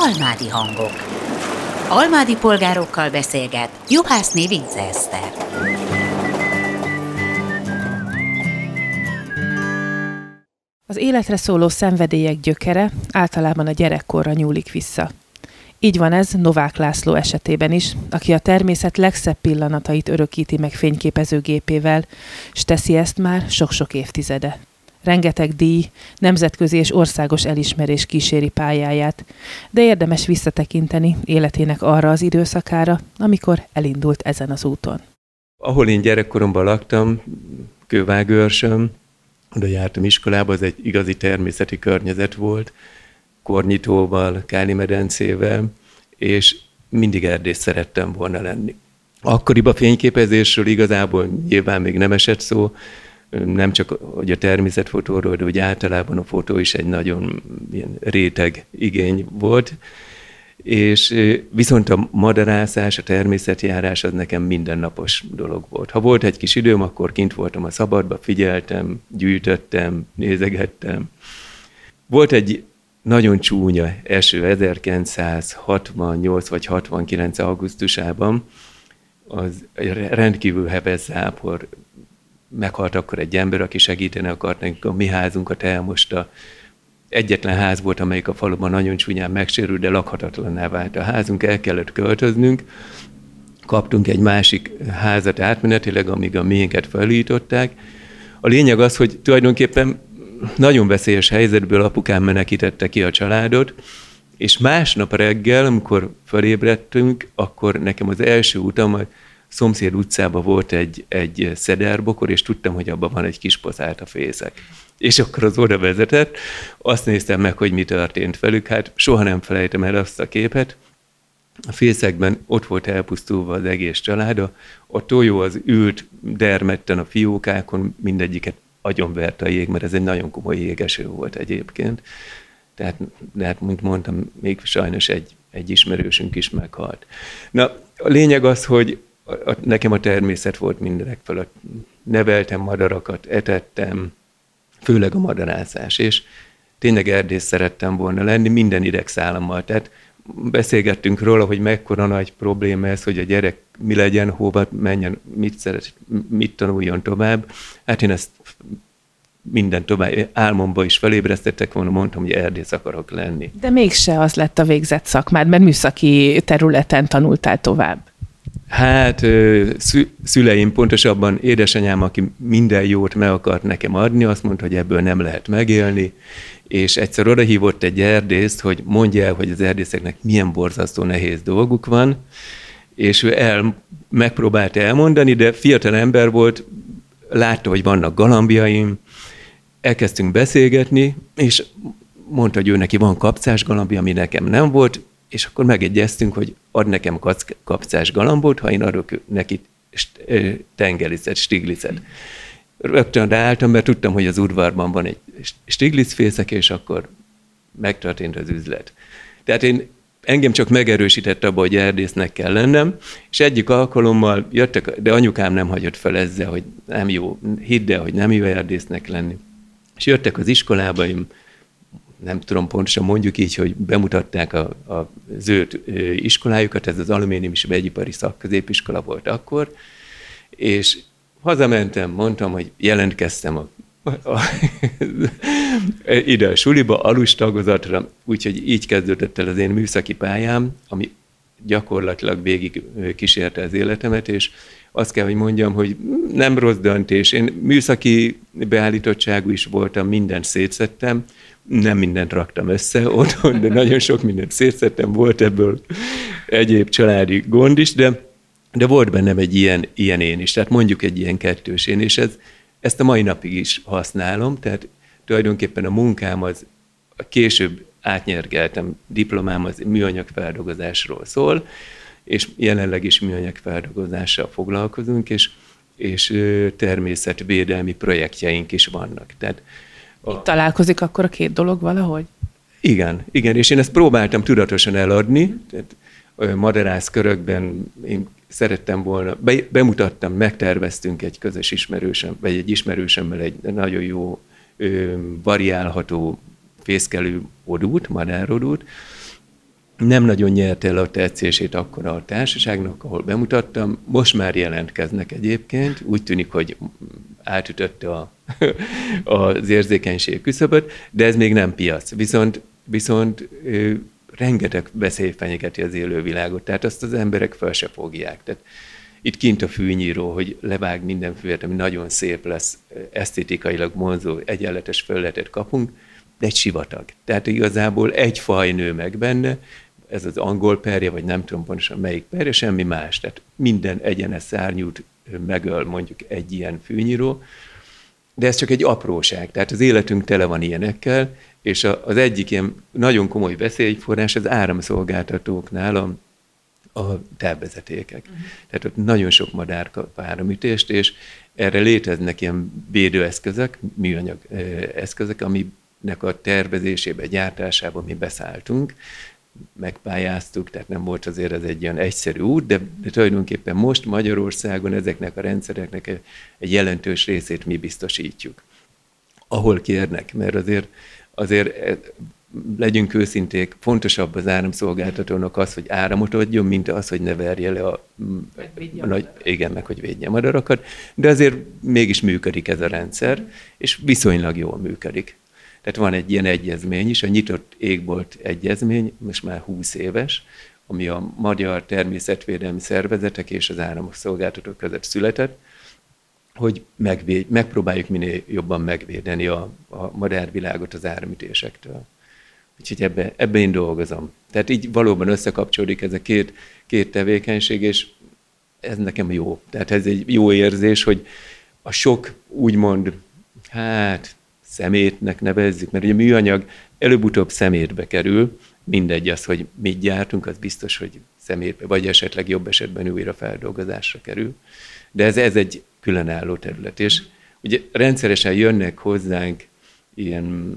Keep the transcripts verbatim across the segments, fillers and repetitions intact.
Almádi hangok. Almádi polgárokkal beszélget Juhászné Vince Eszter. Az életre szóló szenvedélyek gyökere általában a gyerekkorra nyúlik vissza. Így van ez Novák László esetében is, aki a természet legszebb pillanatait örökíti meg fényképezőgépével, s teszi ezt már sok-sok évtizede. Rengeteg díj, nemzetközi és országos elismerés kíséri pályáját, de érdemes visszatekinteni életének arra az időszakára, amikor elindult ezen az úton. Ahol én gyerekkoromban laktam, Kővágőrsön, oda jártam iskolába, az egy igazi természeti környezet volt, Kornyitóval, Káli-medencével, és mindig erdész szerettem volna lenni. Akkoriban fényképezésről igazából nyilván még nem esett szó, nem csak hogy a természetfotóról, de hogy általában a fotó is egy nagyon ilyen réteg igény volt, és viszont a madarászás, a természetjárás az nekem mindennapos dolog volt. Ha volt egy kis időm, akkor kint voltam a szabadba, figyeltem, gyűjtöttem, nézegettem. Volt egy nagyon csúnya eső ezerkilencszázhatvannyolc vagy hatvankilenc augusztusában, az rendkívül heves zápor, meghalt akkor egy ember, aki segíteni akart nekünk, a mi házunkat elmosta. Egyetlen ház volt, amelyik a faluban nagyon csúnyán megsérült, de lakhatatlanná vált a házunk, el kellett költöznünk. Kaptunk egy másik házat átmenetileg, amíg a miénket felújították. A lényeg az, hogy tulajdonképpen nagyon veszélyes helyzetből apukám menekítette ki a családot, és másnap reggel, amikor felébredtünk, akkor nekem az első utam, a szomszéd utcában volt egy, egy szederbokor, és tudtam, hogy abban van egy kis pozát a fészek. És akkor az oda vezetett, azt néztem meg, hogy mi történt velük, hát soha nem felejtem el azt a képet. A fészekben ott volt elpusztulva az egész családa, a tojó az ült dermedten a fiókákon, mindegyiket agyonverte a jég, mert ez egy nagyon komoly jégeső volt egyébként. Tehát, de hát, mint mondtam, még sajnos egy, egy ismerősünk is meghalt. Na, a lényeg az, hogy a, a, nekem a természet volt mindenek fölött. Neveltem madarakat, etettem, főleg a madarászás, és tényleg erdész szerettem volna lenni minden idegszálammal. Tehát beszélgettünk róla, hogy mekkora nagy probléma ez, hogy a gyerek mi legyen, hova menjen, mit szeret, mit tanuljon tovább. Hát én ezt minden tovább álmomba is felébresztettek volna, mondtam, hogy erdész akarok lenni. De mégse az lett a végzett szakmád, mert műszaki területen tanultál tovább. Hát szüleim, pontosabban édesanyám, aki minden jót meg akart nekem adni, azt mondta, hogy ebből nem lehet megélni, és egyszer odahívott egy erdészt, hogy mondja el, hogy az erdészeknek milyen borzasztó nehéz dolguk van, és ő el, megpróbálta elmondani, de fiatal ember volt, látta, hogy vannak galambjaim, elkezdtünk beszélgetni, és mondta, hogy ő neki van kapcás galambja, ami nekem nem volt, és akkor megegyeztünk, hogy ad nekem kapcás galambot, ha én adok neki tengerlicet, stiglicet. Rögtön ráálltam, mert tudtam, hogy az udvarban van egy stiglicfészek, és akkor megtörtént az üzlet. Tehát én, engem csak megerősített abba, hogy erdésznek kell lennem, és egyik alkalommal jöttek, de anyukám nem hagyott fel ezzel, hogy nem jó, hidd el, hogy nem jó erdésznek lenni. És jöttek az iskolábaim, nem tudom pontosan, mondjuk így, hogy bemutatták a, a zöld iskolájukat, ez az alumínium és vegyipari szakközépiskola volt akkor, és hazamentem, mondtam, hogy jelentkeztem a, a, ide a suliba, alus tagozatra, úgyhogy így kezdődött el az én műszaki pályám, ami gyakorlatilag végig kísérte az életemet, és azt kell, hogy mondjam, hogy nem rossz döntés. Én műszaki beállítottságú is voltam, mindent szétszettem, nem mindent raktam össze otthon, de nagyon sok mindent szétszettem, volt ebből egyéb családi gond is, de, de volt bennem egy ilyen, ilyen én is, tehát mondjuk egy ilyen kettős én, és ez, ezt a mai napig is használom, tehát tulajdonképpen a munkám az később átnyergeltem, diplomám az műanyagfeldolgozásról szól, és jelenleg is műanyagfeldolgozással foglalkozunk, és, és természetvédelmi projektjeink is vannak. Tehát a... Itt találkozik akkor a két dolog valahogy? Igen, igen, és én ezt próbáltam tudatosan eladni, tehát madarász körökben én szerettem volna, be, bemutattam, megterveztünk egy közös ismerősöm, vagy egy ismerősömmel egy nagyon jó ö, variálható fészkelő odút, madárodút, Nem nagyon nyerte el a tetszését akkor a társaságnak, ahol bemutattam. Most már jelentkeznek egyébként. Úgy tűnik, hogy átütötte a, az érzékenység küszöböt, de ez még nem piac. Viszont, viszont ö, rengeteg veszély fenyegeti az élővilágot, tehát azt az emberek fel se fogják. Tehát itt kint a fűnyíró, hogy levág minden füvet, ami nagyon szép lesz, esztétikailag vonzó, egyenletes felületet kapunk, de egy sivatag. Tehát igazából egy faj nő meg benne, ez az angol perje, vagy nem tudom pontosan melyik perje, semmi más. Tehát minden egyenes szárnyút megöl mondjuk egy ilyen fűnyíró, de ez csak egy apróság. Tehát az életünk tele van ilyenekkel, és az egyik ilyen nagyon komoly veszélyforrás az áramszolgáltatóknál a, a távvezetékek. Uh-huh. Tehát ott nagyon sok madár kap áramütést, és erre léteznek ilyen védőeszközök, műanyag eszközök, aminek a tervezésébe, gyártásába mi beszálltunk, megpályáztuk, tehát nem volt azért ez egy olyan egyszerű út, de, de tulajdonképpen most Magyarországon ezeknek a rendszereknek egy jelentős részét mi biztosítjuk. Ahol kérnek, mert azért, azért legyünk őszinték, fontosabb az áramszolgáltatónak az, hogy áramot adjon, mint az, hogy ne verje le a, a nagy, igen, meg hogy védje a madarakat, de azért mégis működik ez a rendszer, és viszonylag jól működik. Tehát van egy ilyen egyezmény is, a Nyitott Égbolt Egyezmény, most már húsz éves, ami a Magyar Természetvédelmi Szervezetek és az áramszolgáltatók között született, hogy megvéd, megpróbáljuk minél jobban megvédeni a, a madárvilágot az áramütésektől. Úgyhogy ebben ebbe én dolgozom. Tehát így valóban összekapcsolódik ez a két, két tevékenység, és ez nekem jó. Tehát ez egy jó érzés, hogy a sok úgymond, hát szemétnek nevezzük, mert ugye műanyag előbb-utóbb szemétbe kerül, mindegy az, hogy mit gyártunk, az biztos, hogy szemétbe, vagy esetleg jobb esetben újra feldolgozásra kerül. De ez, ez egy különálló terület. És ugye rendszeresen jönnek hozzánk ilyen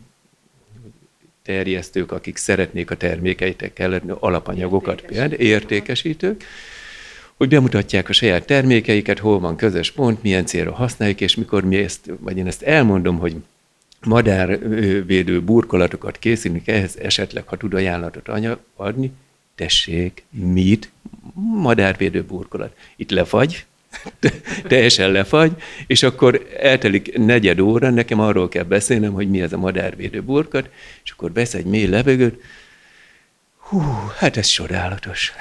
terjesztők, akik szeretnék a termékeitekkel alapanyagokat, például értékesítők, hogy bemutatják a saját termékeiket, hol van közös pont, milyen célra használjuk, és mikor mi ezt, vagy én ezt elmondom, hogy madárvédő burkolatokat készítünk, ehhez esetleg, ha tud ajánlatot adni, tessék, mit? Madárvédő burkolat. Itt lefagy, teljesen lefagy, és akkor eltelik negyed óra, nekem arról kell beszélnem, hogy mi ez a madárvédő burkolat, és akkor vesz egy mély levegőt, hú, hát ez csodálatos.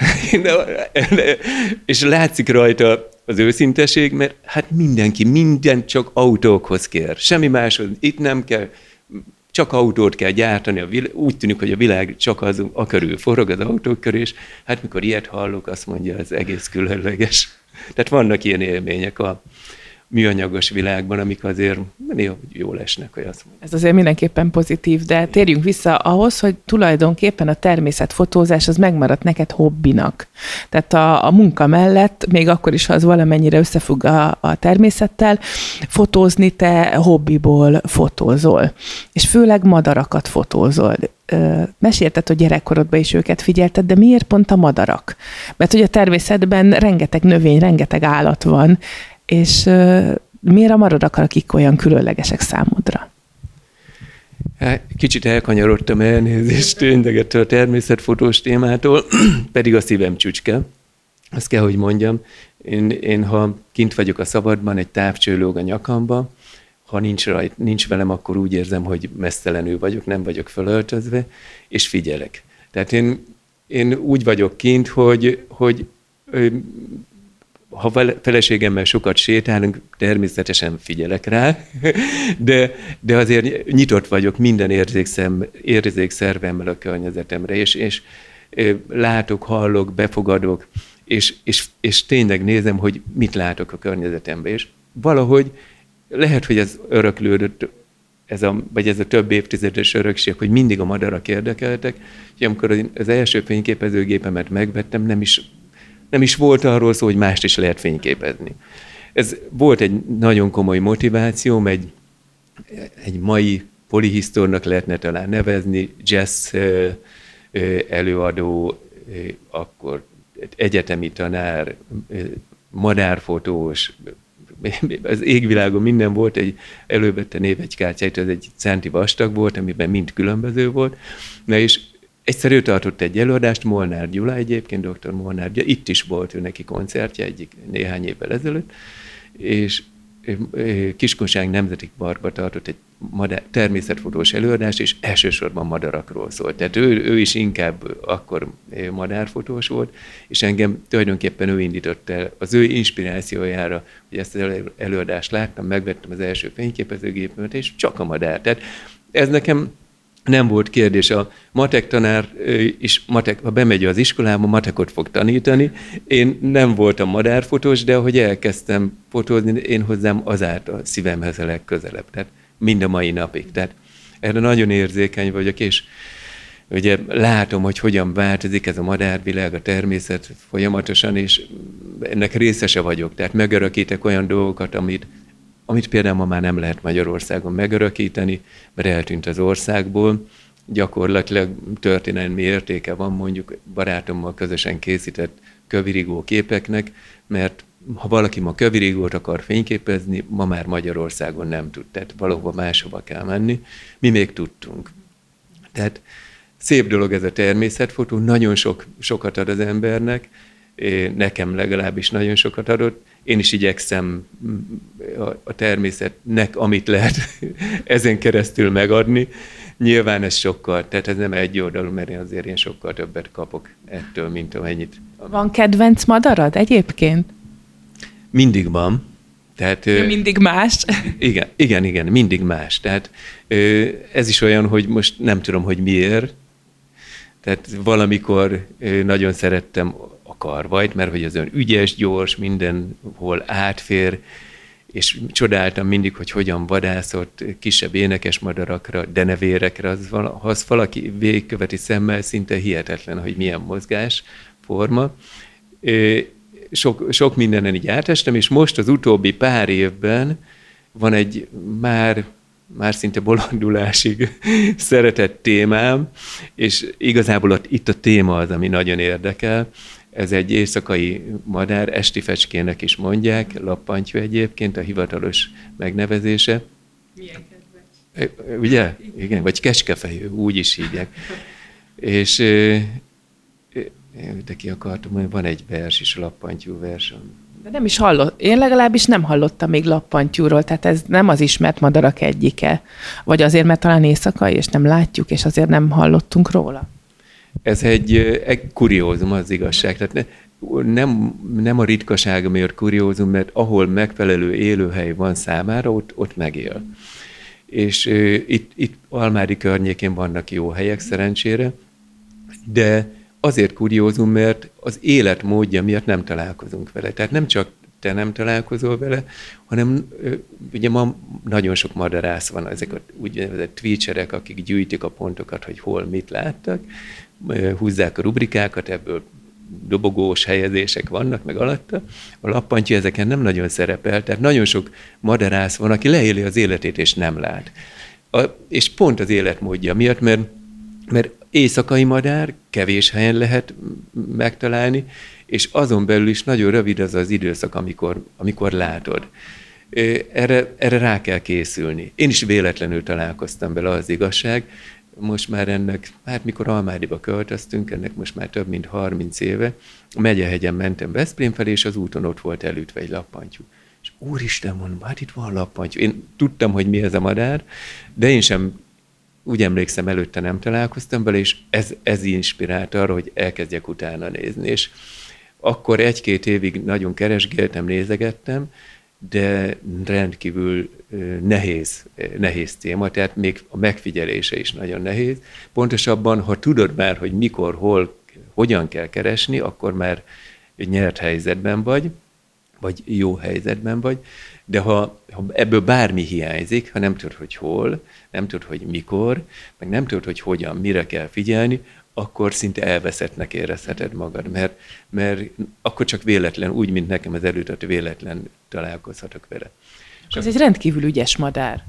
És látszik rajta az őszinteség, mert hát mindenki, minden csak autókhoz kér. Semmi máshoz, itt nem kell, csak autót kell gyártani. A világ, úgy tűnik, hogy a világ csak az, a körül forog, az autók körül, és hát mikor ilyet hallok, azt mondja, ez egész különleges. Tehát vannak ilyen élmények a műanyagos világban, amik azért néha jól esnek, hogy azt mondom. Ez azért mindenképpen pozitív, de térjünk vissza ahhoz, hogy tulajdonképpen a természetfotózás az megmaradt neked hobbinak. Tehát a, a munka mellett, még akkor is, ha az valamennyire összefügg a, a természettel, fotózni te hobbiból fotózol. És főleg madarakat fotózol. Mesélted, hogy gyerekkorodban is őket figyelted, de miért pont a madarak? Mert hogy a természetben rengeteg növény, rengeteg állat van, és uh, miért a madarak, akik olyan különlegesek számodra? Kicsit elkanyarodtam, elnézést tényleg ettől a természetfotós témától, pedig a szívem csücske. Azt kell, hogy mondjam, én, én ha kint vagyok a szabadban, egy távcső lóg a nyakamba, ha nincs, rajt, nincs velem, akkor úgy érzem, hogy mesztelenül vagyok, nem vagyok fölöltözve, és figyelek. Tehát én, én úgy vagyok kint, hogy, hogy ha feleségemmel sokat sétálunk, természetesen figyelek rá, de, de azért nyitott vagyok minden érzékszem, érzékszervemmel a környezetemre, és, és látok, hallok, befogadok, és, és, és tényleg nézem, hogy mit látok a környezetemben, és valahogy lehet, hogy ez öröklődött, ez a, vagy ez a több évtizedes örökség, hogy mindig a madarak érdekeltek, és amikor az első fényképezőgépemet megvettem, nem is Nem is volt arról szó, hogy mást is lehet fényképezni. Ez volt egy nagyon komoly motivációm, egy, egy mai polihisztornak lehetne talán nevezni, jazz előadó, akkor egyetemi tanár, madárfotós, az égvilágon minden volt, egy, elővette névegykártyáit, ez egy centi vastag volt, amiben mind különböző volt, na és egyszer ő tartott egy előadást, Molnár Gyula egyébként, doktor Molnár Gyula, itt is volt ő neki koncertje egyik néhány évvel ezelőtt, és Kiskunság Nemzeti Parkban tartott egy madár, természetfotós előadás, és elsősorban madarakról szólt. Tehát ő, ő is inkább akkor madárfotós volt, és engem tulajdonképpen ő indított el az ő inspirációjára, hogy ezt az előadást láttam, megvettem az első fényképezőgépemet, és csak a madár. Tehát ez nekem nem volt kérdés. A matek tanár is, matek, ha bemegy az iskolába, matekot fog tanítani. Én nem voltam madárfotós, de ahogy elkezdtem fotózni, én hozzám az állt a szívemhez a legközelebb. Tehát mind a mai napig. Tehát erre nagyon érzékeny vagyok, és ugye látom, hogy hogyan változik ez a madárvilág, a természet folyamatosan, és ennek részese vagyok. Tehát megörökítek olyan dolgokat, amit amit például ma már nem lehet Magyarországon megörökíteni, mert eltűnt az országból. Gyakorlatilag történelmi értéke van mondjuk barátommal közösen készített kövirigó képeknek, mert ha valaki ma kövirigót akar fényképezni, ma már Magyarországon nem tud, tehát valahova máshova kell menni. Mi még tudtunk. Tehát szép dolog ez a természetfotó, nagyon sok, sokat ad az embernek, nekem legalábbis nagyon sokat adott. Én is igyekszem a természetnek, amit lehet ezen keresztül megadni. Nyilván ez sokkal, tehát ez nem egy oldalú, mert én azért én sokkal többet kapok ettől, mint amennyit. Van kedvenc madarad egyébként? Mindig van. Tehát, ja, mindig más. Igen, igen, igen, mindig más. Tehát ez is olyan, hogy most nem tudom, hogy miért. Tehát valamikor nagyon szerettem a karvajt, mert hogy az olyan ügyes, gyors, mindenhol átfér, és csodáltam mindig, hogy hogyan vadászott kisebb énekes madarakra, denevérekre, az, ha az valaki végigköveti szemmel, szinte hihetetlen, hogy milyen mozgásforma. Sok, sok mindenen így átestem, és most az utóbbi pár évben van egy már, már szinte bolondulásig szeretett témám, és igazából ott, itt a téma az, ami nagyon érdekel. Ez egy éjszakai madár, esti fecskének is mondják, lappantyú egyébként, a hivatalos megnevezése. Milyen kedves. Ugye? Igen, vagy kecskefejű, úgy is hívják. És de ki akartam, hogy van egy vers is, a lappantyú vers. De nem is hallott, én legalábbis nem hallottam még lappantyúról, tehát ez nem az ismert madarak egyike. Vagy azért, mert talán éjszakai, és nem látjuk, és azért nem hallottunk róla. Ez egy, egy kuriózum, az igazság. Tehát nem, nem a ritkasága miatt kuriózum, mert ahol megfelelő élőhely van számára, ott, ott megél. És uh, itt, itt Almádi környékén vannak jó helyek szerencsére, de azért kuriózum, mert az életmódja miatt nem találkozunk vele. Tehát nem csak te nem találkozol vele, hanem ugye ma nagyon sok madarász van, ezek a úgynevezett twitcherek, akik gyűjtik a pontokat, hogy hol mit láttak, húzzák a rubrikákat, ebből dobogós helyezések vannak meg alatta. A lappantyú ezeken nem nagyon szerepel, tehát nagyon sok madarász van, aki leéli az életét és nem lát. A, és pont az életmódja miatt, mert, mert éjszakai madár kevés helyen lehet megtalálni, és azon belül is nagyon rövid az az időszak, amikor, amikor látod. Erre, erre rá kell készülni. Én is véletlenül találkoztam vele, az igazság. Most már ennek, hát mikor Almádiba költöztünk, ennek most már több mint harminc éve, a Megyehegyen mentem Veszprém felé, és az úton ott volt elütve egy lappantyú. És úristen, mondom, hát itt van lappantyú. Én tudtam, hogy mi ez a madár, de én sem úgy emlékszem, előtte nem találkoztam vele, és ez, ez inspirált arra, hogy elkezdjek utána nézni. És akkor egy-két évig nagyon keresgéltem, nézegettem, de rendkívül nehéz, nehéz téma, tehát még a megfigyelése is nagyon nehéz. Pontosabban, ha tudod már, hogy mikor, hol, hogyan kell keresni, akkor már nyert helyzetben vagy, vagy jó helyzetben vagy, de ha, ha ebből bármi hiányzik, ha nem tudod, hogy hol, nem tudod, hogy mikor, meg nem tudod, hogy hogyan, mire kell figyelni, akkor szinte elveszettnek érezheted magad, mert, mert akkor csak véletlen, úgy, mint nekem az előtt, véletlen találkozhatok vele. Ez egy rendkívül ügyes madár.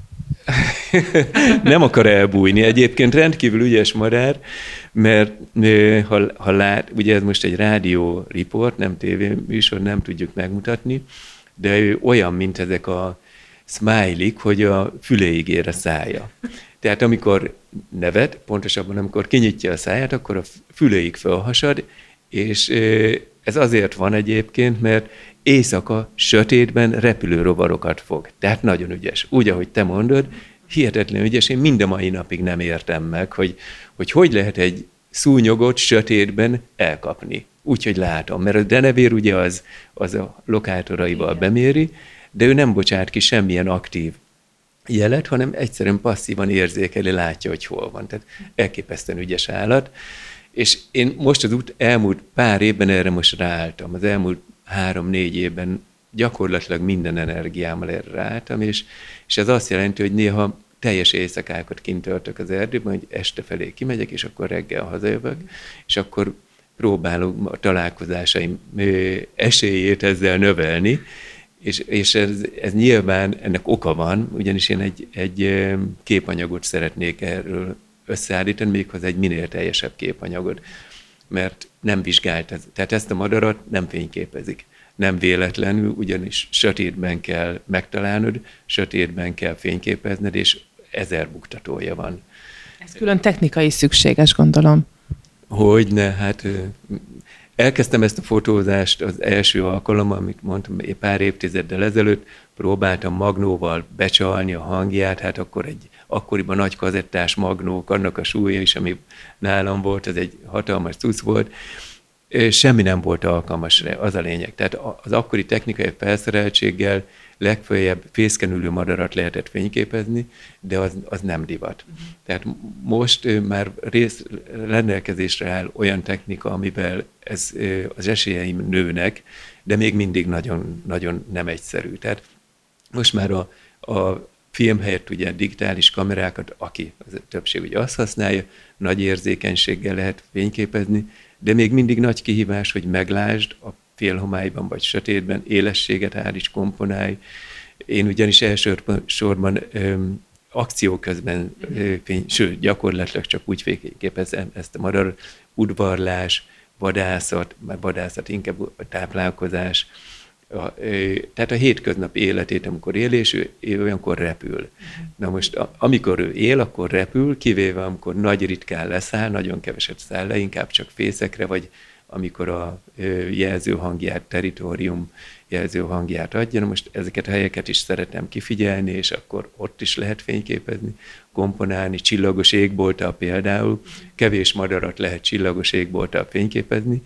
Nem akar elbújni. Egyébként rendkívül ügyes madár, mert ha, ha lát, ugye ez most egy rádió riport, nem tévéműsor, nem tudjuk megmutatni, de ő olyan, mint ezek a smiley, hogy a füléig ér a szája. Tehát amikor nevet, pontosabban amikor kinyitja a száját, akkor a füléig felhasad, és ez azért van egyébként, mert éjszaka sötétben repülő rovarokat fog. Tehát nagyon ügyes. Úgy, ahogy te mondod, hihetetlen ügyes. Én mind a mai napig nem értem meg, hogy hogy, hogy lehet egy szúnyogot sötétben elkapni. Úgyhogy látom, mert a denevér ugye az, az a lokátoraival beméri, de ő nem bocsát ki semmilyen aktív jelet, hanem egyszerűen passzívan érzékeli, látja, hogy hol van. Tehát elképesztően ügyes állat. És én most az út elmúlt pár évben erre most ráálltam. Az elmúlt három-négy évben gyakorlatilag minden energiámmal erre ráálltam, és, és ez azt jelenti, hogy néha teljes éjszakákat kint töltök az erdőben, hogy este felé kimegyek, és akkor reggel hazajövök, és akkor próbálok a találkozásaim esélyét ezzel növelni, és, és ez, ez nyilván ennek oka van, ugyanis én egy, egy képanyagot szeretnék erről összeállítani, méghozzá egy minél teljesebb képanyagot, mert nem vizsgált ez. Tehát ezt a madarat nem fényképezik. Nem véletlenül, ugyanis sötétben kell megtalálnod, sötétben kell fényképezned, és ezer buktatója van. Ez külön technikai szükséges, gondolom. Hogyne, hát elkezdtem ezt a fotózást az első alkalommal, amit mondtam, pár évtizeddel ezelőtt, próbáltam magnóval becsalni a hangját, hát akkor egy akkoriban nagy kazettás magnók, annak a súlya is, ami nálam volt, ez egy hatalmas cucc volt, semmi nem volt alkalmas rá, az a lényeg. Tehát az akkori technikai felszereltséggel legfeljebb fészkenülő madarat lehetett fényképezni, de az, az nem divat. Uh-huh. Tehát most már rész rendelkezésre áll olyan technika, amivel ez, az esélyeim nőnek, de még mindig nagyon, nagyon nem egyszerű. Tehát most már a, a film helyett ugye digitális kamerákat, aki az többség ugye azt használja, nagy érzékenységgel lehet fényképezni, de még mindig nagy kihívás, hogy meglásd a félhomályban vagy sötétben, élességet állíts, komponálj. Én ugyanis elsősorban öm, akció közben, fény, sőt, gyakorlatilag csak úgy fényképezem ezt a madar, udvarlás, vadászat, már vadászat inkább a táplálkozás, a, tehát a hétköznapi életét, amikor él, és ő, ő olyankor repül. Na most, a, amikor ő él, akkor repül, kivéve amikor nagy ritkán leszáll, nagyon keveset száll le, inkább csak fészekre, vagy amikor a jelzőhangját, territórium jelzőhangját adja. Na most ezeket a helyeket is szeretem kifigyelni, és akkor ott is lehet fényképezni, komponálni, csillagos égbolttal például. Kevés madarat lehet csillagos égbolttal fényképezni,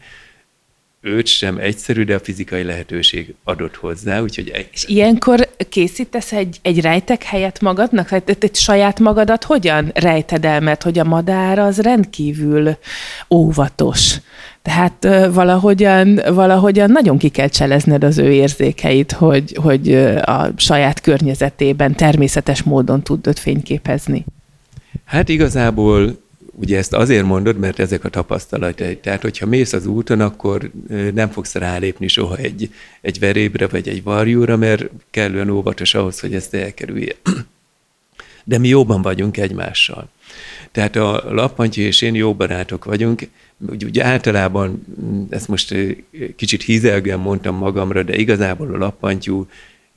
őt sem egyszerű, de a fizikai lehetőség adott hozzá, úgyhogy... Egy... És ilyenkor készítesz egy, egy rejtek helyet magadnak? Tehát egy, egy saját magadat hogyan rejted el? Mert hogy a madár az rendkívül óvatos. Tehát valahogyan, valahogyan nagyon ki kell cselezned az ő érzékeit, hogy, hogy a saját környezetében természetes módon tudod fényképezni. Hát igazából ugye ezt azért mondod, mert ezek a tapasztalatai. Tehát, hogyha mész az úton, akkor nem fogsz rálépni soha egy, egy verébre vagy egy varjúra, mert kellően óvatos ahhoz, hogy ezt elkerülje. De mi jóban vagyunk egymással. Tehát a lappantyi és én jó barátok vagyunk. Úgy, úgy általában, ezt most kicsit hízelgően mondtam magamra, de igazából a lappanttyú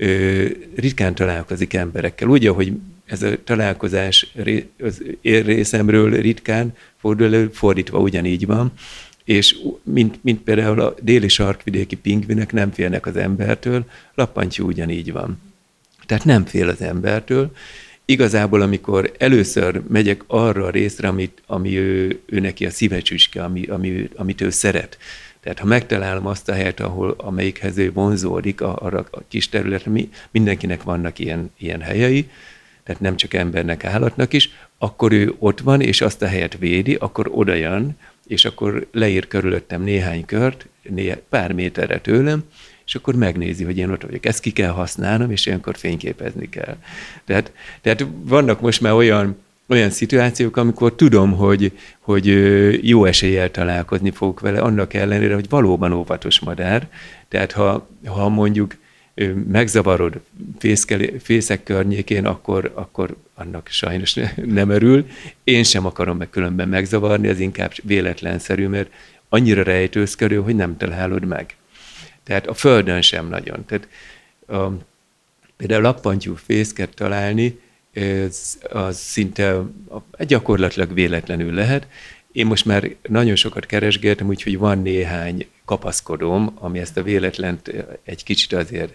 ritkán találkozik emberekkel. Úgy, ahogy ez a találkozás az én részemről ritkán fordul elő, fordítva ugyanígy van, és mint, mint például a déli sarkvidéki pingvinek nem félnek az embertől, lappanttyú ugyanígy van. Tehát nem fél az embertől. Igazából, amikor először megyek arra a részre, amit, ami ő, ő neki a szívecsüske, ami, ami, amit ő szeret. Tehát ha megtalálom azt a helyet, ahol, amelyikhez ő vonzódik, arra a kis területre, mi, mindenkinek vannak ilyen, ilyen helyei, tehát nem csak embernek, állatnak is, akkor ő ott van, és azt a helyet védi, akkor oda jön, és akkor leír körülöttem néhány kört, néhány, pár méterre tőlem, és akkor megnézi, hogy én ott vagyok. Ezt ki kell használnom, és ilyenkor fényképezni kell. Tehát, tehát vannak most már olyan, olyan szituációk, amikor tudom, hogy, hogy jó eséllyel találkozni fogok vele, annak ellenére, hogy valóban óvatos madár. Tehát ha, ha mondjuk megzavarod fészkel, fészek környékén, akkor, akkor annak sajnos nem örül. Én sem akarom meg különben megzavarni, ez inkább véletlenszerű, mert annyira rejtőzködő, hogy nem találod meg. Tehát a földön sem nagyon. Tehát a, Például lappantyú fészket találni, ez, az szinte gyakorlatilag véletlenül lehet. Én most már nagyon sokat keresgéltem, úgyhogy van néhány kapaszkodóm, ami ezt a véletlent egy kicsit azért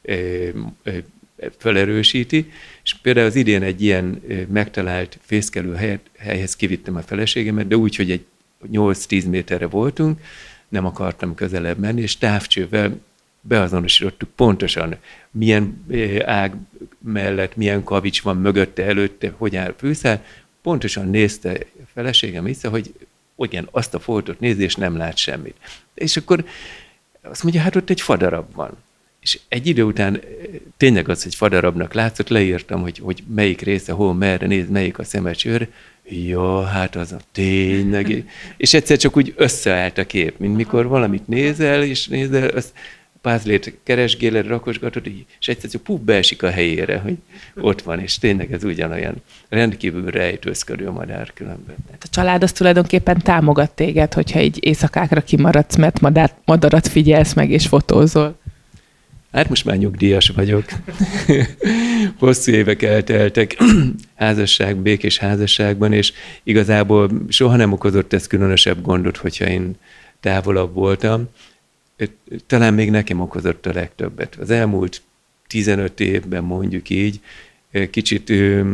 felerősíti, és például az idén egy ilyen megtalált fészkelő helyet, helyhez kivittem a feleségemet, de úgy, hogy egy nyolc-tíz méterre voltunk, nem akartam közelebb menni, és távcsővel beazonosítottuk pontosan, milyen ág mellett, milyen kavics van mögötte, előtte, hogy áll fűszál, pontosan nézte a feleségem vissza, hogy igen, azt a foltot nézi, és nem lát semmit. És akkor azt mondja, hát ott egy fadarab van. És egy idő után tényleg az, hogy fadarabnak látszott, leírtam, hogy, hogy melyik része, hol, merre néz, melyik a szemecsőr. Ja, hát az a tényleg. És egyszer csak úgy összeállt a kép, mint mikor valamit nézel, és nézel, azt pázlét keresgéled, rakosgatod, és egyszer csak puf, beesik a helyére, hogy ott van, és tényleg ez ugyanolyan rendkívül rejtőzködő madár különben. A család az tulajdonképpen támogat téged, hogyha így éjszakákra kimaradsz, mert madár, madarat figyelsz meg és fotózol. Hát most már nyugdíjas vagyok. Hosszú évek elteltek házasság, békés házasságban, és igazából soha nem okozott ez különösebb gondot, hogyha én távolabb voltam. Talán még nekem okozott a legtöbbet. Az elmúlt tizenöt évben, mondjuk így, kicsit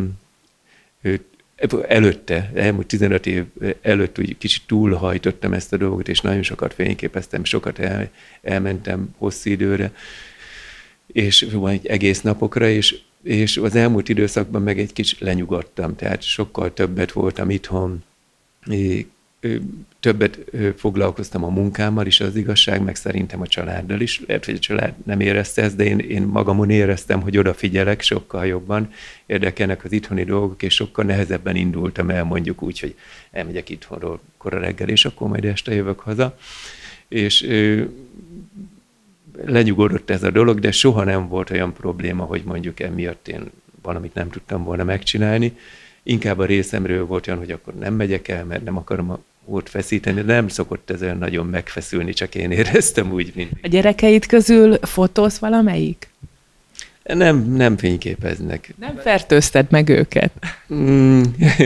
előtte, elmúlt tizenöt év előtt úgy kicsit túlhajtottam ezt a dolgot, és nagyon sokat fényképeztem, sokat el, elmentem hosszú időre, és van egy egész napokra, és, és az elmúlt időszakban meg egy kicsit lenyugodtam, tehát sokkal többet voltam itthon, többet foglalkoztam a munkámmal is, az igazság, meg szerintem a családdal is. Lehet, hogy a család nem érezte ezt, de én, én magamon éreztem, hogy odafigyelek sokkal jobban, érdekelnek az itthoni dolgok, és sokkal nehezebben indultam el, mondjuk úgy, hogy elmegyek itthonról kora reggel, és akkor majd este jövök haza. És ö, lenyugodott ez a dolog, de soha nem volt olyan probléma, hogy mondjuk emiatt én valamit nem tudtam volna megcsinálni. Inkább a részemről volt olyan, hogy akkor nem megyek el, mert nem akarom a ott feszíteni, de nem szokott ez olyan nagyon megfeszülni, csak én éreztem úgy mindig. A gyerekeid közül fotóz valamelyik? Nem, nem fényképeznek. Nem fertőzted meg őket? Mm,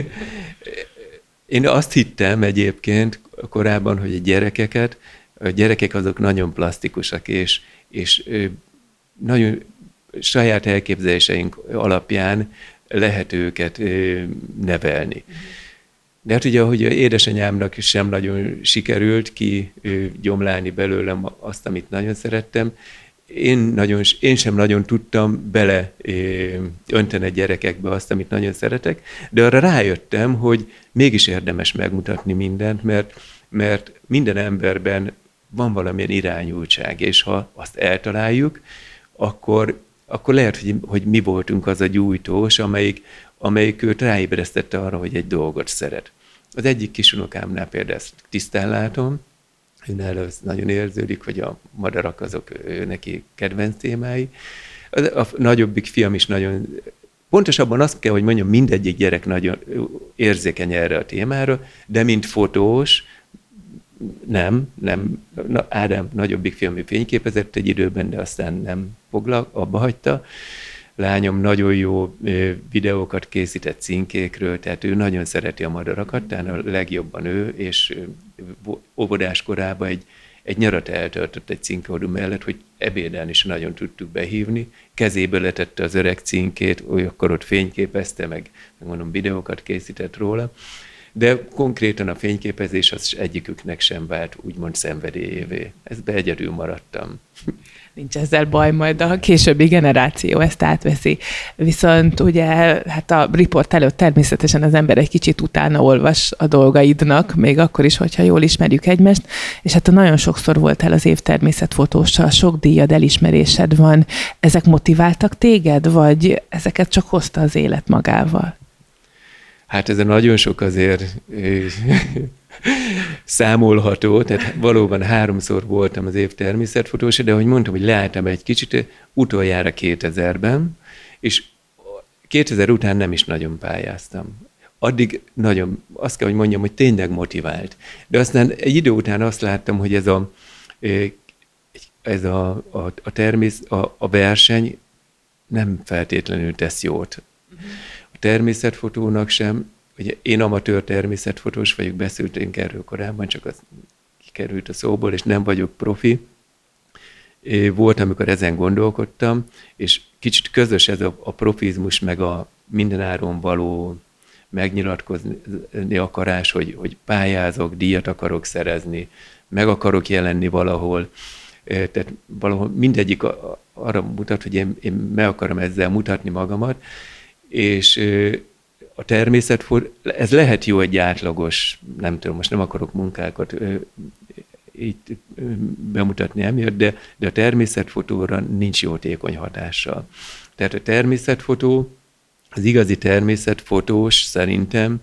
én azt hittem egyébként korábban, hogy a gyerekeket, a gyerekek azok nagyon plastikusak, és, és nagyon saját elképzeléseink alapján lehet őket nevelni. De hát ugye, ahogy édesanyámnak sem nagyon sikerült ki gyomlálni belőlem azt, amit nagyon szerettem, én, nagyon, én sem nagyon tudtam bele önteni a gyerekekbe azt, amit nagyon szeretek, de arra rájöttem, hogy mégis érdemes megmutatni mindent, mert, mert minden emberben van valamilyen irányultság, és ha azt eltaláljuk, akkor, akkor lehet, hogy, hogy mi voltunk az a gyújtós, amelyik, amelyik őt ráébresztette arra, hogy egy dolgot szeret. Az egyik kisunokámnál például ezt tisztán látom, őnál az nagyon érződik, hogy a madarak azok ő neki kedvenc témái. A, a nagyobbik fiam is nagyon, pontosabban azt kell, hogy mondjam, mindegyik gyerek nagyon érzékeny erre a témára, de mint fotós, nem, nem. Na, Ádám nagyobbik fiam fényképezett egy időben, de aztán nem foglal, abba hagyta. Lányom nagyon jó videókat készített címkékről, tehát ő nagyon szereti a madarakat, tehát a legjobban ő, és óvodás korában egy, egy nyarat eltöltött egy címkeoldó mellett, hogy ebéden is nagyon tudtuk behívni. Kezébe letette az öreg címkét, olyakkor ott fényképezte, meg, meg mondom, videókat készített róla. De konkrétan a fényképezés az egyiküknek sem vált úgymond szenvedélyévé. Ezbe egyedül maradtam. Nincs ezzel baj, majd a későbbi generáció ezt átveszi. Viszont ugye hát a riport előtt természetesen az ember egy kicsit utána olvas a dolgaidnak, még akkor is, hogyha jól ismerjük egymást, és hát nagyon sokszor voltál az év természetfotóssal, sok díjad, elismerésed van. Ezek motiváltak téged, vagy ezeket csak hozta az élet magával? Hát ez a nagyon sok azért számolható, tehát valóban háromszor voltam az év természetfotósa, de ahogy mondtam, hogy leálltam egy kicsit, utoljára kétezerben, és kétezer után nem is nagyon pályáztam. Addig nagyon, azt kell, hogy mondjam, hogy tényleg motivált. De aztán egy idő után azt láttam, hogy ez a, ez a, a, a, termész, a, a verseny nem feltétlenül tesz jót. A természetfotónak sem, ugye én amatőr természetfotós vagyok, beszéltünk erről korábban, csak az kikerült a szóból, és nem vagyok profi. Volt, amikor ezen gondolkodtam, és kicsit közös ez a, a profizmus, meg a mindenáron való megnyilatkozni akarás, hogy, hogy pályázok, díjat akarok szerezni, meg akarok jelenni valahol. Tehát valahol mindegyik arra mutat, hogy én, én meg akarom ezzel mutatni magamat, és a természetfotó, ez lehet jó egy átlagos, nem tudom, most nem akarok munkákat így bemutatni emiatt, de, de a természetfotóra nincs jótékony hatással. Tehát a természetfotó, az igazi természetfotós szerintem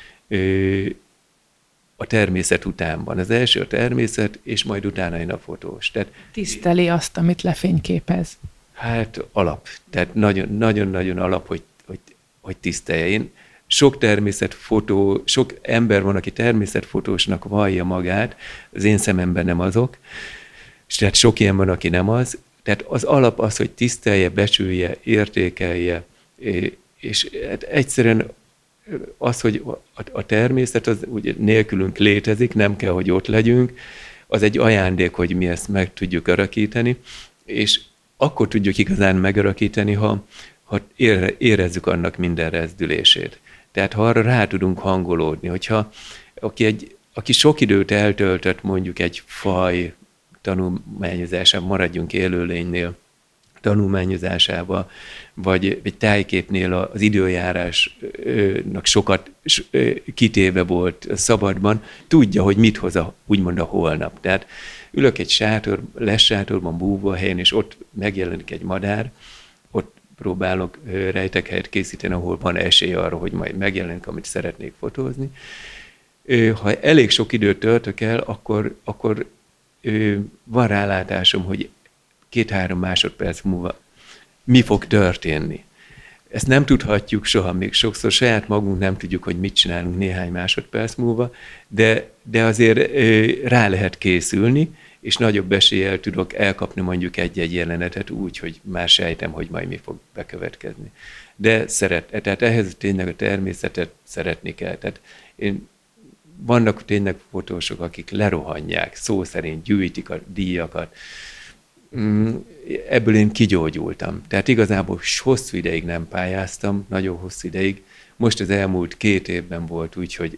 a természet után van. Az első a természet, és majd utána jön a fotós. Tehát, tiszteli azt, amit lefényképez. Hát alap. Tehát nagyon-nagyon alap, hogy, hogy, hogy tisztelje. Én sok természetfotó, sok ember van, aki természetfotósnak vallja magát, az én szememben nem azok, és tehát sok ilyen van, aki nem az. Tehát az alap az, hogy tisztelje, becsülje, értékelje, és hát egyszerűen az, hogy a természet az ugye nélkülünk létezik, nem kell, hogy ott legyünk, az egy ajándék, hogy mi ezt meg tudjuk örökíteni, és akkor tudjuk igazán megörökíteni, ha, ha érezzük annak minden rezdülését. Tehát ha arra rá tudunk hangolódni, hogyha aki, egy, aki sok időt eltöltött mondjuk egy faj tanulmányozásában, maradjunk élőlénynél, tanulmányozásában, vagy egy tájképnél az időjárásnak sokat kitéve volt szabadban, tudja, hogy mit hoz a, úgymond a holnap. Tehát ülök egy sátor, lesz sátorban, búvóhelyen, és ott megjelenik egy madár, ott próbálok rejtekhelyet készíteni, ahol van esély arra, hogy majd megjelenik, amit szeretnék fotózni. Ha elég sok időt töltök el, akkor, akkor van rálátásom, hogy két-három másodperc múlva mi fog történni. Ezt nem tudhatjuk soha, még sokszor saját magunk nem tudjuk, hogy mit csinálunk néhány másodperc múlva, de, de azért rá lehet készülni, és nagyobb eséllyel tudok elkapni mondjuk egy-egy jelenetet úgy, hogy már sejtem, hogy majd mi fog bekövetkezni. De szeret, tehát ehhez tényleg a természetet szeretni kell. Tehát én, vannak tényleg fotósok, akik lerohanják, szó szerint gyűjtik a díjakat. Ebből én kigyógyultam. Tehát igazából hosszú ideig nem pályáztam, nagyon hosszú ideig. Most az elmúlt két évben volt úgy, hogy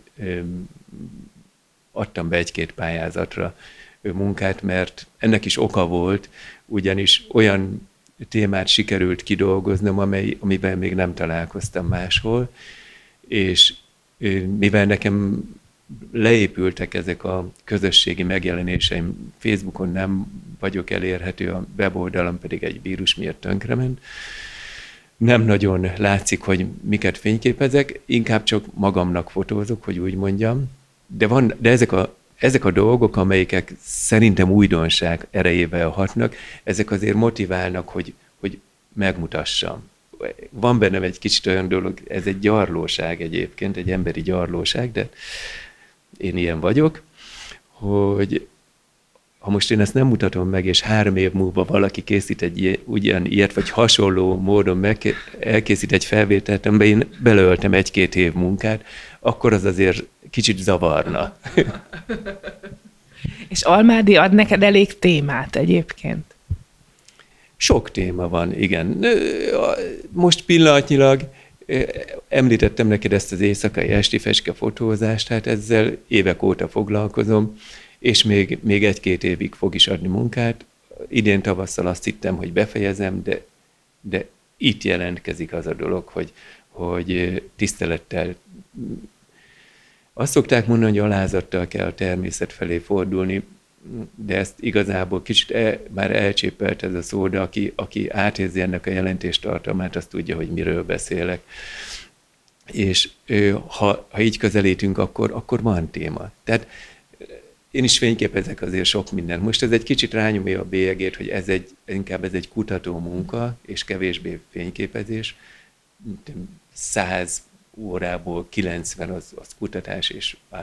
adtam be egy-két pályázatra munkát, mert ennek is oka volt, ugyanis olyan témát sikerült kidolgoznom, amely, amivel még nem találkoztam máshol, és mivel nekem leépültek ezek a közösségi megjelenéseim, Facebookon nem vagyok elérhető, a weboldalam pedig egy vírus miatt tönkrement, nem nagyon látszik, hogy miket fényképezek, inkább csak magamnak fotózok, hogy úgy mondjam, de, van, de ezek a Ezek a dolgok, amelyek szerintem újdonság erejével hatnak, ezek azért motiválnak, hogy, hogy megmutassam. Van bennem egy kicsit olyan dolog, ez egy gyarlóság egyébként, egy emberi gyarlóság, de én ilyen vagyok, hogy ha most én ezt nem mutatom meg, és három év múlva valaki készít egy ilyen, ugyan ilyet, vagy hasonló módon meg, elkészít egy felvételt, amiben én beleöltem egy-két év munkát, akkor az azért kicsit zavarna. És Almádi ad neked elég témát egyébként? Sok téma van, igen. Most pillanatnyilag említettem neked ezt az éjszakai esti fecske fotózást, tehát ezzel évek óta foglalkozom, és még, még egy-két évig fog is adni munkát. Idén tavasszal azt hittem, hogy befejezem, de, de itt jelentkezik az a dolog, hogy, hogy tisztelettel. Azt szokták mondani, hogy alázattal kell a természet felé fordulni, de ezt igazából kicsit el, már elcsépelt ez a szó, de aki, aki átérzi ennek a jelentéstartalmát, azt tudja, hogy miről beszélek. És ha, ha így közelítünk, akkor, akkor van téma. Tehát én is fényképezek azért sok mindent. Most ez egy kicsit rányomja a bélyegét, hogy ez egy, inkább ez egy kutató munka, és kevésbé fényképezés. Száz órából kilencven az, az kutatás, és már még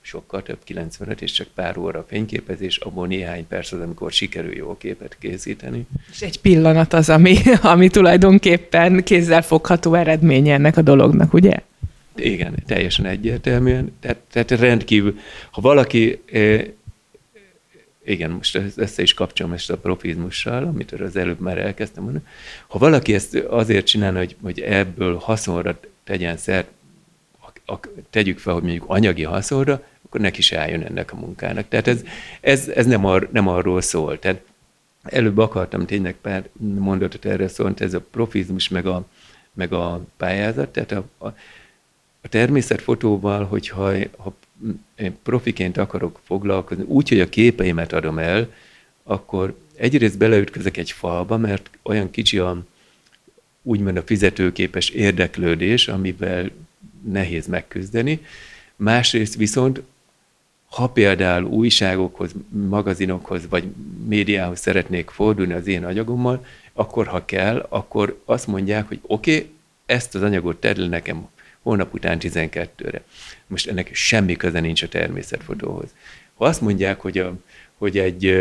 sokkal több, kilencvenöt, és csak pár óra fényképezés, abból néhány perc az, amikor sikerül jó képet készíteni. És egy pillanat az, ami, ami tulajdonképpen kézzelfogható eredménye ennek a dolognak, ugye? Igen, teljesen egyértelműen. Tehát, tehát rendkívül, ha valaki, eh, igen, most össze is kapcsolom ezt a profizmussal, amit az előbb már elkezdtem mondani, ha valaki ezt azért csinálna, hogy, hogy ebből haszonra tegyen szert, a, a, tegyük fel, hogy mondjuk anyagi haszonra, akkor neki se álljon ennek a munkának. Tehát ez, ez, ez nem, ar, nem arról szól. Tehát előbb akartam tényleg pár mondatot erre szólni, ez a profizmus meg a, meg a pályázat. Tehát a, a, a természetfotóval, hogyha ha profiként akarok foglalkozni, úgy, hogy a képeimet adom el, akkor egyrészt beleütközök egy falba, mert olyan kicsi a, úgymond a fizetőképes érdeklődés, amivel nehéz megküzdeni. Másrészt viszont, ha például újságokhoz, magazinokhoz vagy médiához szeretnék fordulni az én anyagommal, akkor ha kell, akkor azt mondják, hogy oké, okay, ezt az anyagot tedd le nekem holnap után tizenkettőre. Most ennek semmi köze nincs a természetfotóhoz. Ha azt mondják, hogy, a, hogy egy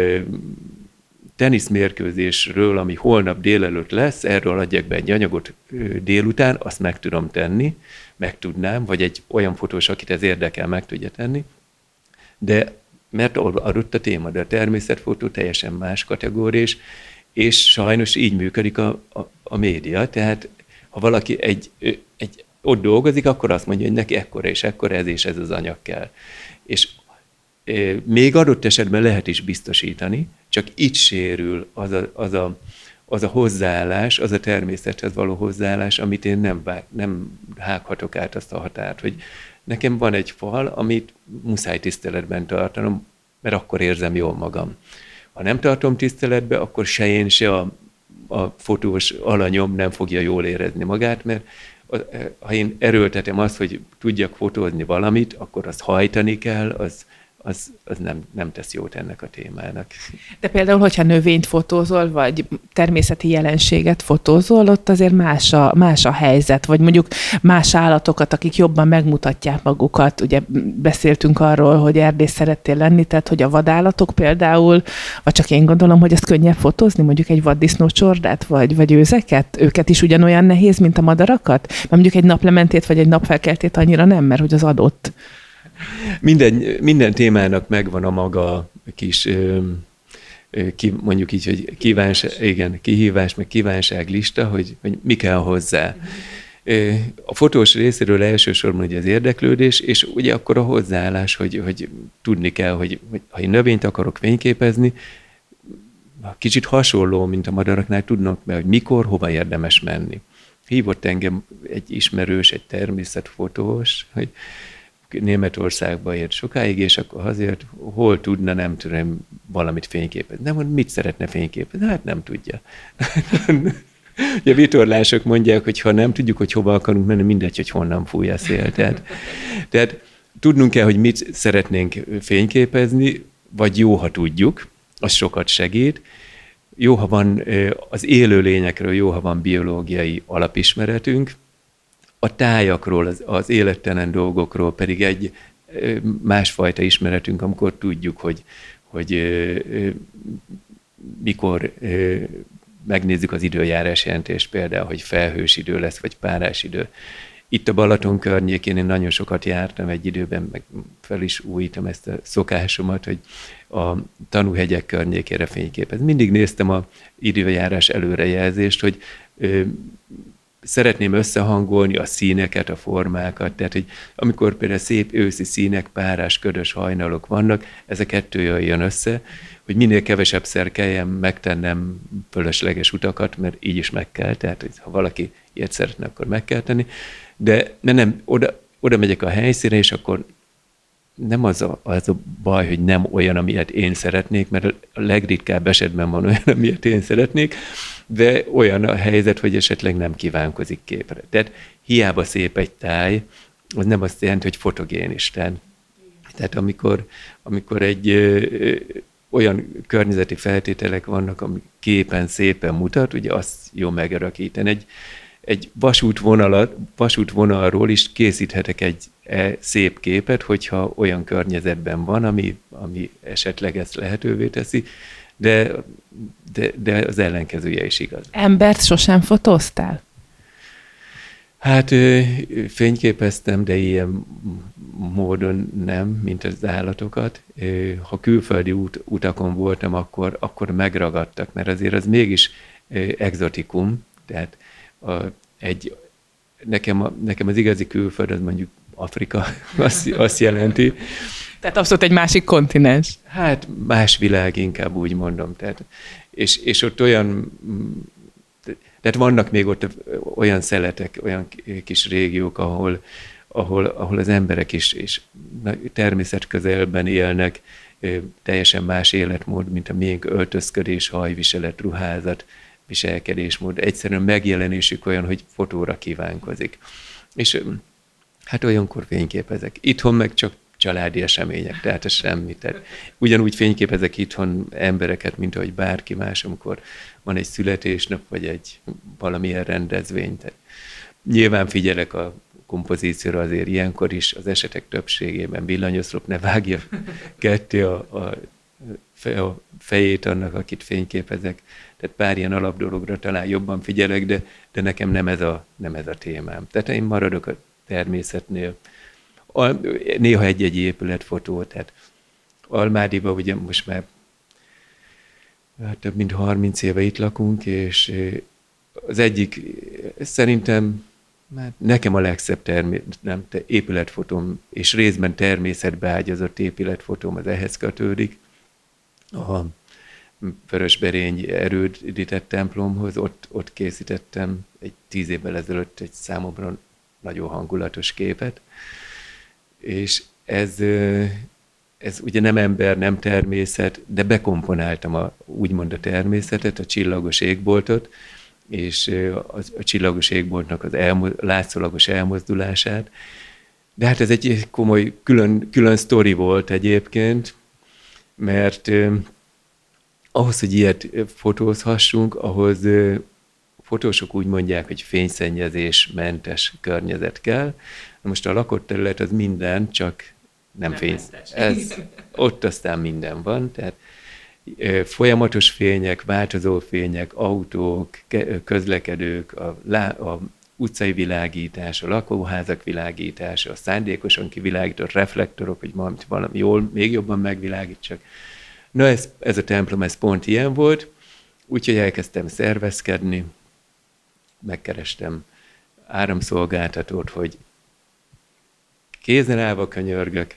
teniszmérkőzésről, ami holnap délelőtt lesz, erről adjak be egy anyagot délután, azt meg tudom tenni, meg tudnám, vagy egy olyan fotós, akit ez érdekel, meg tudja tenni, de mert adott a téma, de a természetfotó teljesen más kategóriás, és sajnos így működik a, a, a média, tehát ha valaki egy, egy, ott dolgozik, akkor azt mondja, hogy neki ekkora és ekkora ez és ez az anyag kell. És e, még adott esetben lehet is biztosítani, csak itt sérül az a, az a, az a hozzáállás, az a természethez való hozzáállás, amit én nem, nem hághatok át azt a határt, hogy nekem van egy fal, amit muszáj tiszteletben tartanom, mert akkor érzem jól magam. Ha nem tartom tiszteletbe, akkor se én, se a, a fotós alanyom nem fogja jól érezni magát, mert ha én erőltetem azt, hogy tudjak fotózni valamit, akkor azt hajtani kell, az, az, az nem, nem tesz jót ennek a témának. De például, hogyha növényt fotózol, vagy természeti jelenséget fotózol, ott azért más a, más a helyzet, vagy mondjuk más állatokat, akik jobban megmutatják magukat. Ugye beszéltünk arról, hogy erdész szerettél lenni, tehát hogy a vadállatok például, vagy csak én gondolom, hogy ezt könnyebb fotózni, mondjuk egy vaddisznócsordát, vagy, vagy őzeket, őket is ugyanolyan nehéz, mint a madarakat? Mert mondjuk egy naplementét, vagy egy napfelkeltét annyira nem, mert hogy az adott. Minden, minden témának megvan a maga kis, ki, mondjuk így, hogy kívánság, igen, kihívás, meg kívánságlista, hogy, hogy mi kell hozzá. A fotós részéről elsősorban ugye az érdeklődés, és ugye akkor a hozzáállás, hogy, hogy tudni kell, hogy, hogy ha én növényt akarok fényképezni, kicsit hasonló, mint a madaraknál, tudnak be, hogy mikor, hova érdemes menni. Hívott engem egy ismerős, egy természetfotós, hogy Németországba ért sokáig, és akkor azért hol tudna, nem tudom, valamit fényképezni. Nem mond, mit szeretne fényképezni? Hát nem tudja. Ugye a vitorlások mondják, hogy ha nem tudjuk, hogy hova akarunk menni, mindegy, hogy honnan fúj a szél. Tehát, tehát tudnunk kell, hogy mit szeretnénk fényképezni, vagy jó, ha tudjuk, az sokat segít. Jó, ha van az élőlényekről, jó, ha van biológiai alapismeretünk, a tájakról, az, az élettelen dolgokról pedig egy másfajta ismeretünk, amikor tudjuk, hogy, hogy mikor megnézzük az időjárás jelentést, például, hogy felhős idő lesz, vagy párás idő. Itt a Balaton környékén én nagyon sokat jártam egy időben, meg fel is újítom ezt a szokásomat, hogy a Tanúhegyek környékére fényképezni. Mindig néztem az időjárás előrejelzést, hogy szeretném összehangolni a színeket, a formákat, tehát, hogy amikor például szép őszi színek, párás, ködös hajnalok vannak, ez a kettő jöjjön össze, hogy minél kevesebbszer kelljen megtennem fölösleges utakat, mert így is meg kell, tehát hogy ha valaki ilyet szeretne, akkor meg kell tenni, de nem, oda, oda megyek a helyszínre, és akkor nem az a, az a baj, hogy nem olyan, amilyet én szeretnék, mert a legritkább esetben van olyan, amilyet én szeretnék, de olyan a helyzet, hogy esetleg nem kívánkozik képre. Tehát hiába szép egy táj, az nem azt jelenti, hogy fotogénis. Tehát, tehát amikor, amikor egy ö, ö, olyan környezeti feltételek vannak, ami képen szépen mutat, ugye azt jó megörökíteni. Egy, egy vasútvonalat, vasútvonalról is készíthetek egy e szép képet, hogyha olyan környezetben van, ami, ami esetleg ezt lehetővé teszi, de, de, de az ellenkezője is igaz. Embert sosem fotóztál? Hát fényképeztem, de ilyen módon nem, mint az állatokat. Ha külföldi út, utakon voltam, akkor, akkor megragadtak, mert azért az mégis egzotikum. Tehát a, egy, nekem, a, nekem az igazi külföld, az mondjuk Afrika, azt, azt jelenti. Tehát abszolút egy másik kontinens. Hát más világ, inkább úgy mondom. Tehát, és, és ott olyan... Tehát vannak még ott olyan szeletek, olyan kis régiók, ahol, ahol, ahol az emberek is, is természetközelben élnek, teljesen más életmód, mint a miénk, öltözködés, hajviselet, ruházat, viselkedésmód. Egyszerűen megjelenésük olyan, hogy fotóra kívánkozik. És hát olyankor fényképezek. Itthon meg csak családi események, tehát ez semmi. Tehát ugyanúgy fényképezek itthon embereket, mint ahogy bárki más, amikor van egy születésnap, vagy egy valamilyen rendezvény. Tehát nyilván figyelek a kompozícióra azért ilyenkor is, az esetek többségében villanyoszlop ne vágja ketté a, a, a fejét annak, akit fényképezek. Tehát pár ilyen alapdologra talán jobban figyelek, de, de nekem nem ez, a, nem ez a témám. Tehát én maradok a természetnél. A, néha egy-egy épületfotó, tehát Almádiban ugye most már hát több mint harminc éve itt lakunk, és az egyik szerintem hát nekem a legszebb termé- nem, te, épületfotóm, és részben természetbe ágyazott épületfotóm az ehhez kötődik. A Vörösberény erődített templomhoz, ott, ott készítettem egy tíz évvel ezelőtt egy számomra nagyon hangulatos képet, és ez, ez ugye nem ember, nem természet, de bekomponáltam a, úgymond a természetet, a csillagos égboltot, és a, a csillagos égboltnak az elmo- látszólagos elmozdulását. De hát ez egy komoly, külön, külön sztori volt egyébként, mert eh, ahhoz, hogy ilyet fotózhassunk, ahhoz eh, fotósok úgy mondják, hogy fényszennyezésmentes környezet kell. Most a lakott terület az minden, csak nem, nem fény. Ez, ott aztán minden van, tehát e, folyamatos fények, változó fények, autók, ke, közlekedők, a, a utcai világítás, a lakóházak világítása, a szándékosan kivilágított reflektorok, hogy valami jól, még jobban megvilágítsak. Na ez, ez a templom, ez pont ilyen volt, úgyhogy elkezdtem szervezkedni, megkerestem áramszolgáltatót, hogy kézen állva könyörgök.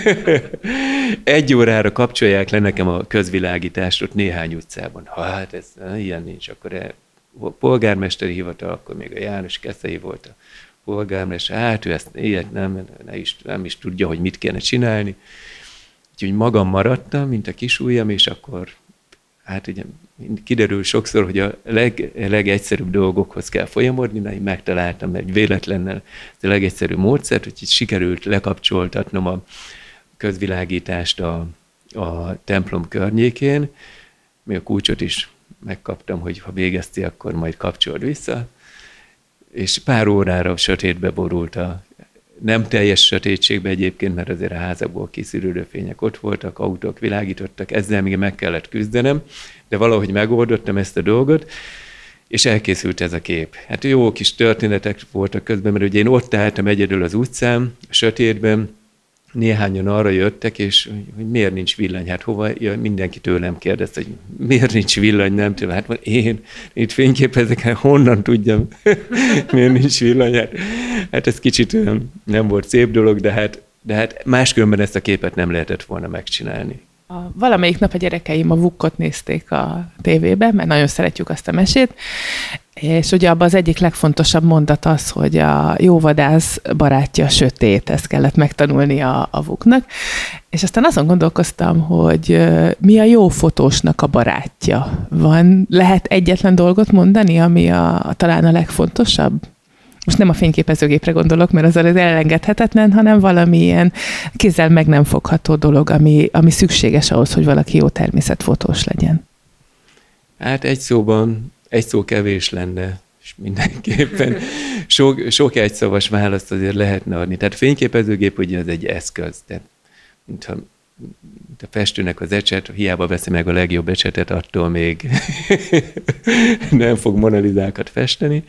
Egy órára kapcsolják le nekem a közvilágítást ott néhány utcában. Ha hát ez ilyen nincs, akkor el, a polgármesteri hivatal, akkor még a János Keszei volt a polgármester. Hát ő ezt ilyet nem, ne is, nem is tudja, hogy mit kéne csinálni. Úgyhogy magam maradtam, mint a kisujjam, és akkor hát ugye kiderül sokszor, hogy a leg, legegyszerűbb dolgokhoz kell folyamodni, mert én megtaláltam egy véletlennel a legegyszerűbb módszert, úgyhogy sikerült lekapcsoltatnom a közvilágítást a, a templom környékén. Még a kulcsot is megkaptam, hogy ha végezti, akkor majd kapcsold vissza. És pár órára sötétbe borult a nem teljes sötétségbe egyébként, mert azért a házakból kiszűrődő fények ott voltak, autók világítottak, ezzel még meg kellett küzdenem, de valahogy megoldottam ezt a dolgot, és elkészült ez a kép. Hát jó kis történetek voltak közben, mert ugye én ott álltam egyedül az utcán, a sötétben, néhányan arra jöttek, és hogy miért nincs villany, hát hova jön, mindenki tőlem kérdezte, hogy miért nincs villany, nem tudom, hát én itt fényképezek, hát honnan tudjam, miért nincs villany, hát, hát ez kicsit nem volt szép dolog, de hát, de hát máskülönben ezt a képet nem lehetett volna megcsinálni. A, valamelyik nap a gyerekeim a Vukkot nézték a tévében, mert nagyon szeretjük azt a mesét, és ugye abban az egyik legfontosabb mondat az, hogy a jó vadász barátja sötét, ezt kellett megtanulni a, a Vuknak, és aztán azon gondolkoztam, hogy mi a jó fotósnak a barátja. Van, lehet egyetlen dolgot mondani, ami a, a talán a legfontosabb? Most nem a fényképezőgépre gondolok, mert az az elengedhetetlen, hanem valamilyen kézzel meg nem fogható dolog, ami, ami szükséges ahhoz, hogy valaki jó természetfotós legyen. Hát egy szóban, egy szó kevés lenne, és mindenképpen sok, sok egyszavas választ azért lehetne adni. Tehát fényképezőgép ugye az egy eszköz. Tehát, mintha a festőnek az ecset, hiába veszi meg a legjobb ecsetet, attól még nem fog monalizákat festeni.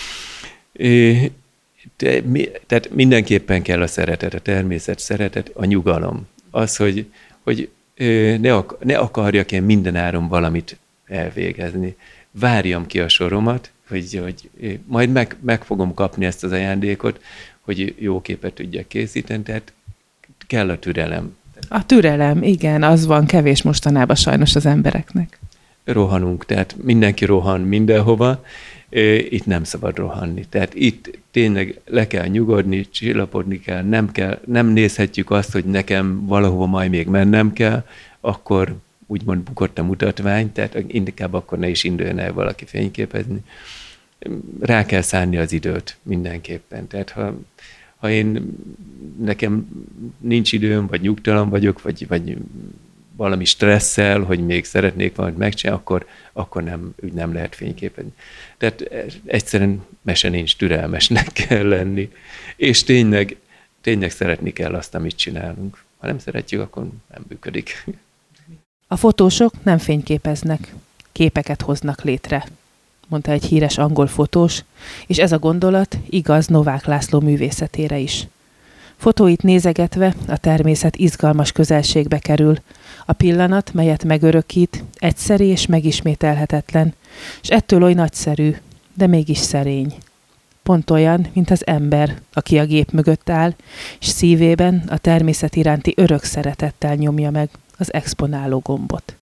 De, tehát mindenképpen kell a szeretet, a természet szeretet, a nyugalom. Az, hogy, hogy ne, ak- ne akarjak én minden áron valamit elvégezni. Várjam ki a soromat, hogy, hogy majd meg, meg fogom kapni ezt az ajándékot, hogy jó képet tudjak készíteni, tehát kell a türelem. A türelem, igen, az van kevés mostanában sajnos az embereknek. Rohanunk, tehát mindenki rohan mindenhova, itt nem szabad rohanni. Tehát itt tényleg le kell nyugodni, csillapodni kell, nem kell, nem nézhetjük azt, hogy nekem valahova majd még mennem kell, akkor úgymond bukott a mutatvány, tehát inkább akkor ne is induljon el valaki fényképezni. Rá kell szánni az időt mindenképpen. Tehát ha, ha én, nekem nincs időm, vagy nyugtalan vagyok, vagy, vagy valami stresszel, hogy még szeretnék valamit megcsinálni, akkor, akkor nem, úgy nem lehet fényképezni. Tehát egyszerűen mese nincs, türelmesnek kell lenni. És tényleg, tényleg szeretni kell azt, amit csinálunk. Ha nem szeretjük, akkor nem működik. A fotósok nem fényképeznek, képeket hoznak létre, mondta egy híres angol fotós, és ez a gondolat igaz Novák László művészetére is. Fotóit nézegetve a természet izgalmas közelségbe kerül, a pillanat, melyet megörökít, egyszeri és megismételhetetlen, és ettől oly nagyszerű, de mégis szerény. Pont olyan, mint az ember, aki a gép mögött áll, és szívében a természet iránti örök szeretettel nyomja meg az exponáló gombot.